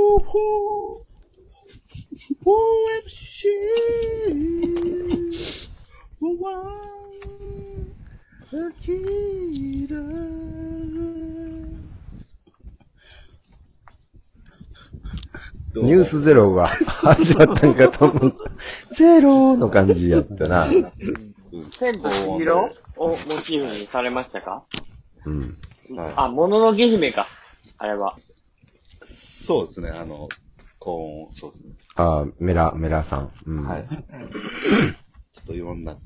ニュースゼロが始まったんかと思う。ゼロの感じやったな。 千と千尋をモチーフにされましたか？ うん。 あ、もののけ姫か。あれは。 そうですね、そうですね。 ああ、メラさん。うん。はい。ちょっといろんな。はい、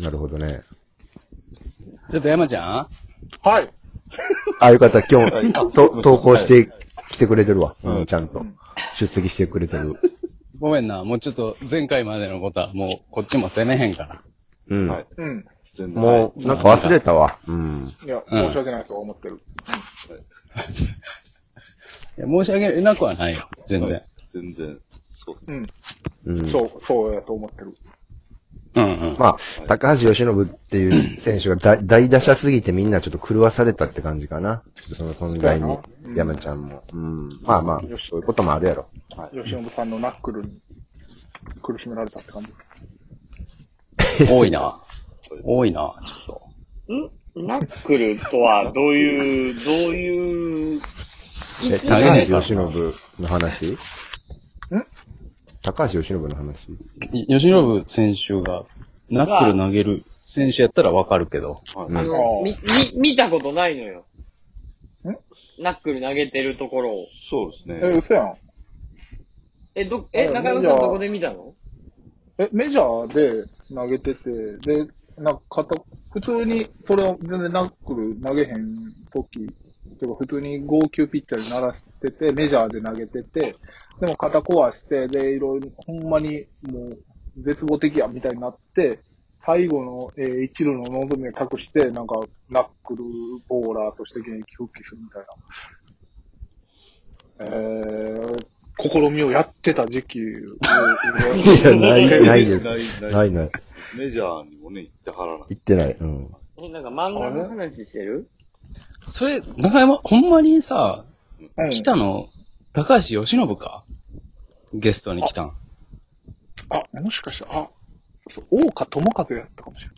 なるほどね。 ちょっと山ちゃん？ はい。 あ、よかった。今日、投稿してきてくれてるわ。うん、ちゃんと。出席してくれてる。 ごめんな。もうちょっと前回までのことはもうこっちも責めへんから。 うん。 はい。うん。 もう、なんか忘れたわ。うん。 いや、申し訳ないと思ってる。 いや、申し訳なくはないよ。全然。 全然。そう。 うん。そうやと思ってる。 まあ、高橋由伸っていう選手が大打者すぎてみんなちょっと狂わされたって感じかな。その存在に、山ちゃんも。まあまあ、そういうこともあるやろ。 由伸さんのナックルに苦しめられたって感じ。 多いな、ちょっと。 ナックルとは、どういう、 高橋由伸の話？高橋由伸の話？ 由伸選手がナックル投げる選手やったらわかるけど。 見たことないのよ。ナックル投げてるところを。 そうですね。 嘘やん。 中山さんどこで見たの？ メジャーで投げてて、で、普通に、それを全然ナックル投げへん時、てか普通に号泣ピッチャーに鳴らしてて、メジャーで投げてて、でも肩壊して、で、いろいろ、ほんまにもう、絶望的や、みたいになって、最後の、一縷の望みを託して、なんか、ナックルボーラーとして現役復帰するみたいな。試みをやってた時期を。 いや、ないです。ない。 メジャーにもね、行ってはらない。 行ってない。 なんか漫画の話してる？ それ、中山、ほんまにさ、来たの、高橋由伸か？ゲストに来たん。 もしかしたら、大岡智和やったかもしれない。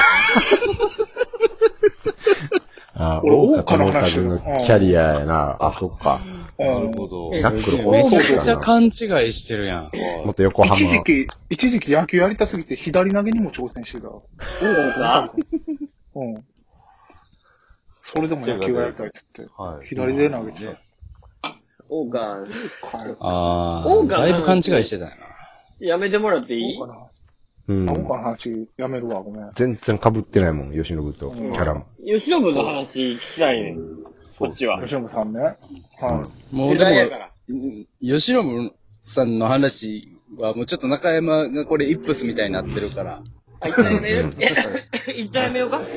大岡智和のキャリアやな。そっか。 なるほど。 ナックルめちゃくちゃ勘違いしてるやん。 もっと横浜。 一時期野球やりたすぎて左投げにも挑戦してた。それでも野球がやりたいって言って、左で投げてた。 大岡。 だいぶ勘違いしてたよな。 やめてもらっていい？ 大岡の話やめるわ、ごめん。 全然被ってないもん、由伸とキャラも。 由伸の話聞きたいね。こっちは。 由伸さんね。 もうでも、由伸さんの話はもうちょっと中山がこれイップスみたいになってるから。 一旦やめよう。一旦やめようか。はい。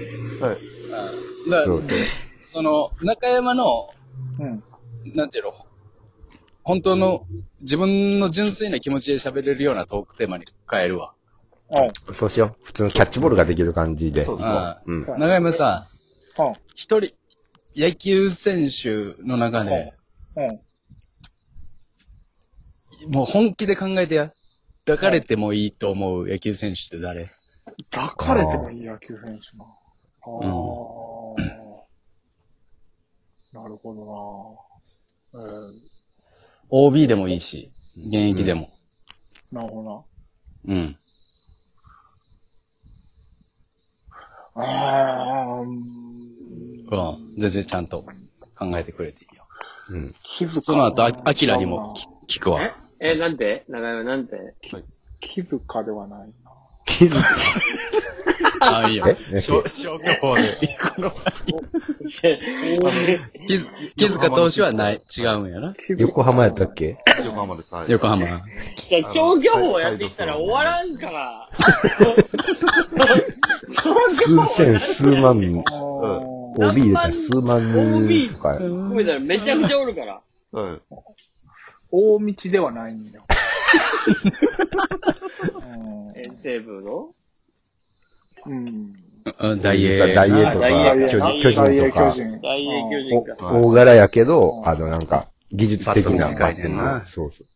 その、中山の、なんていうの、本当の自分の純粋な気持ちで喋れるようなトークテーマに変えるわ。 そうしよう。普通のキャッチボールができる感じで。 中山さ、一人、野球選手の中で、もう本気で考えてや。抱かれてもいいと思う野球選手って誰？ 抱かれてもいい野球選手な。なるほどな。 OB でもいいし、現役でも。 なるほどな。全然ちゃんと考えてくれていいよ。その後、アキラにも聞くわ。 なんて？中山なんて？ 気づかではないな。 気づかいいよ。消去法で行くのはいい。気づか投手はない。違うんやな。 横浜やったっけ？ 横浜です。 横浜。 消去法やっていったら終わらんから。 数千、数万、OB 入れたら数万人とか。 めちゃくちゃおるから。 大道ではないんだよ。 遠征部の？ 大英。 大英とか、巨人とか、 大英巨人か。 大柄やけど、なんか、技術的な。 短いねんな。 そうそう。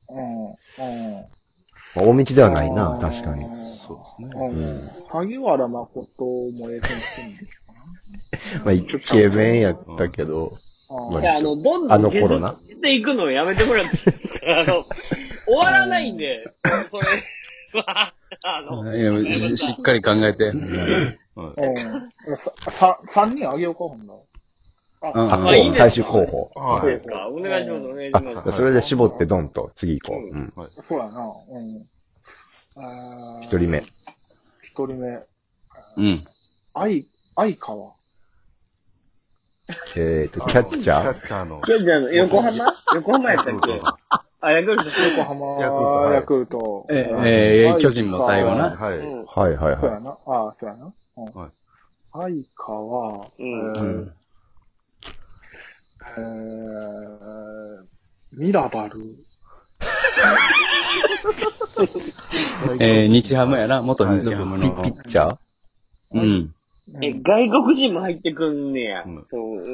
大道ではないな、確かに。 そうですね。萩原誠もええ選手なんですかな。 まあ、イケメンやったけど。 いや、どんどん削っていくのやめてもらっていいですか？終わらないんで、それは、 いや、しっかり考えて。 3人あげようか、ほんなら。いい最終候補。 お願いします、お願いします。 それで絞ってドンと、次行こう。 そうやな。 一人目。 一人目。相川。 キャッチャーキャッチャーの横浜やったっけ？ヤクルト。 横浜、ヤクルト。 巨人も最後な。 はい。そうやな。そうやな。相川、ミラバル。 日ハムやな、元日ハムの。 ピッチャー？ 外国人も入ってくんねや。そう、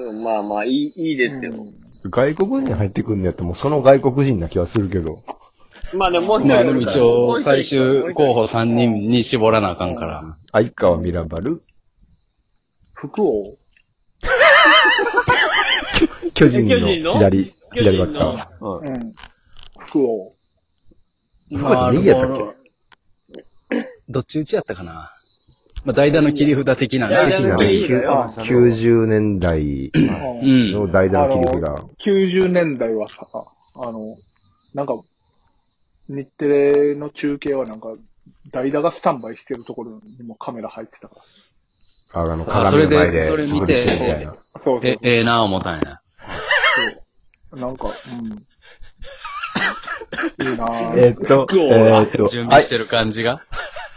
まあまあ、いいですよ。 外国人入ってくんねやったらもうその外国人な気はするけど。 まあでも、 でも一応最終候補3人に絞らなあかんから。 相川ミラバル。 福王。 巨人の左バッター。 福王。 まあ、右やったっけ？ どっち打ちやったかな。まあ、代打の切り札的なね。 90年代の代打の切り札。 90年代はさ、なんか、日テレの中継はなんか、代打がスタンバイしてるところにもカメラ入ってたから。 それで、それ見て、 そうええなぁ思ったんや。 そう。なんか、いいなぁ。 準備してる感じが。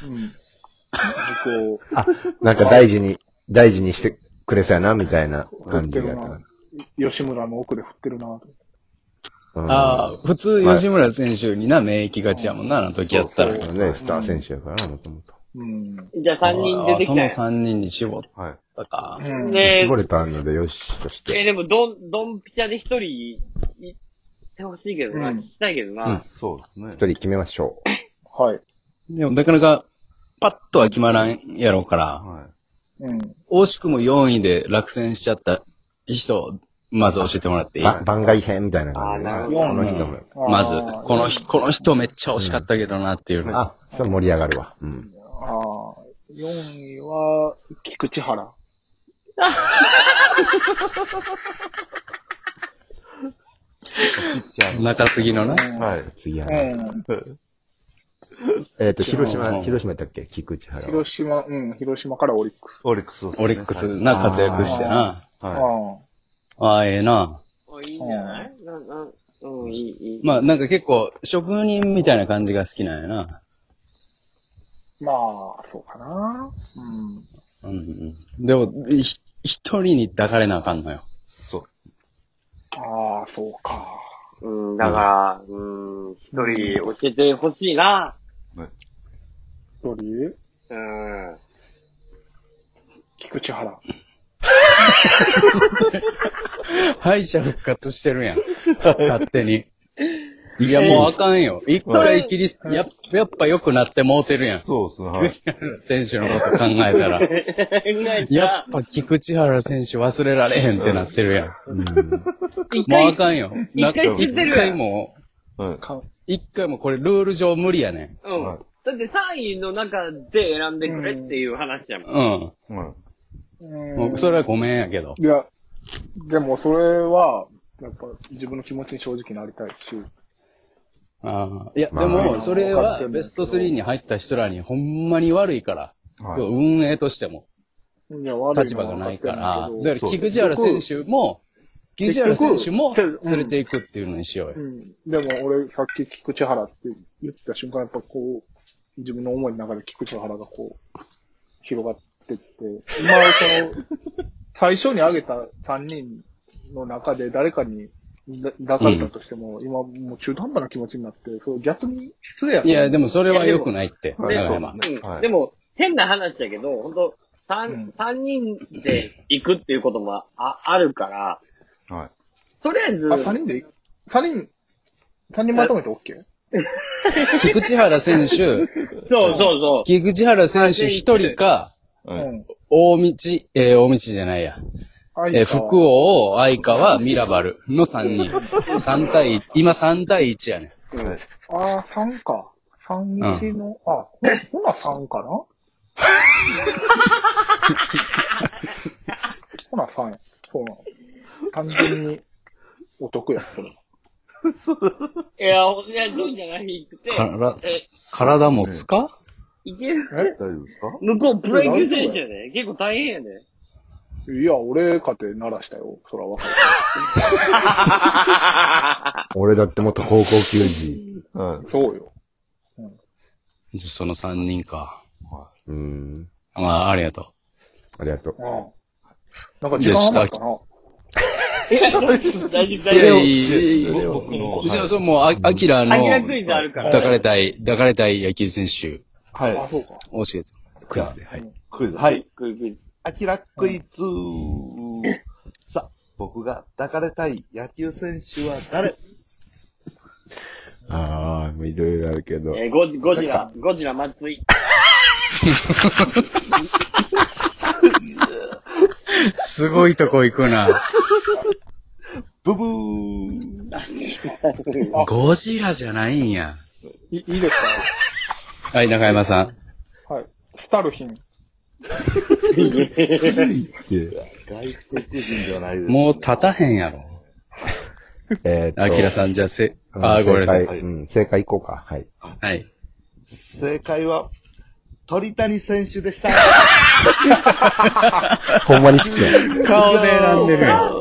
なんか大事にしてくれそうやな、みたいな感じが。 吉村の奥で振ってるなぁ。 普通吉村選手にな、免疫がちやもんな、あの時やったら。 ね、スター選手やからな、もともと。 じゃあ3人出てきた。 その3人に絞ったか。 絞れたのでよしとして。 でも、ドンピシャで1人いってほしいけどな、聞きたいけどな。 そうですね。 1人決めましょう。はい。 でも、なかなか、パッとは決まらんやろうから、惜しくも4位で落選しちゃった人、まず教えてもらっていい？ 番外編みたいな感じで。 この人も。まず、この人めっちゃ惜しかったけどなっていうの。 それ盛り上がるわ。 4位は、菊池原。 中継ぎのな。 はい、次や広島やったっけ？菊池原。 広島からオリックス。 オリックスな活躍してな。ええな。 いいんじゃない？いい。 まあ、なんか結構、職人みたいな感じが好きなんやな。 まあ、そうかな。 でも、一人に抱かれなあかんのよ。 そう。 そうか。 だから、一人教えてほしいな。 一人？菊池原。 敗者復活してるやん。勝手に。いや、もうあかんよ。一回やっぱ良くなってもうてるやん。 そうですね。 菊池原選手のこと考えたら。やっぱ菊池原選手忘れられへんってなってるやん。もうあかんよ。一回もこれルール上無理やねん。 だって3位の中で選んでくれっていう話やもん。 もうそれはごめんやけど。 いや、でもそれは、やっぱ自分の気持ちに正直なりたいし。 いや、でも、それはベスト3に入った人らにほんまに悪いから。運営としても。立場がないから。だから、菊池原選手も連れていくっていうのにしようよ。 でも俺、さっき菊池原って言ってた瞬間、やっぱこう、自分の思いの中で菊池原がこう、広がってって、最初に挙げた3人の中で誰かに抱かれたとしても、今もう中途半端な気持ちになって、それ逆に失礼や。 いや、でもそれは良くないって。 でも、 変な話だけど、本当三人で行くっていうこともあるから、はい。とりあえず、 三人まとめて OK？ 菊池原選手、 そう。 菊池原選手一人か、大道じゃないや。福王、相川、ミラバルの3人。今3対1やね。 ああ、3か。3-1の、ほな3かなほな3や。そうなの。単純にお得や、それ。 いや、そうじゃないくて。 体持つか？ いける？ 大丈夫ですか？ 向こうプロ野球選手やね。結構大変やね。 いや、俺かて鳴らしたよ。そらわかる。 俺だって元高校球児。 そうよ。 その3人か。ありがとう。ありがとう。 なんか時間余ったな。 大丈夫。 じゃあ、もう、アキラの、抱かれたい野球選手。 はい。 そうか。 教えて。 クイズで、はい。 クイズ。はい。アキラクイズ。さあ、僕が抱かれたい野球選手は誰？ もういろいろあるけど。 ゴジラ松井。 すごいとこ行くな。 ブブー。 ゴジラじゃないんや。 いいですか？ はい、中山さん。 はい。スタルヒン。 外国人じゃないです。 もう立たへんやろ。アキラさん、じゃあごめんなさい。 正解いこうか。はい。 はい。 正解は、鳥谷選手でした。 ほんまに好きや。 顔で選んでるやん。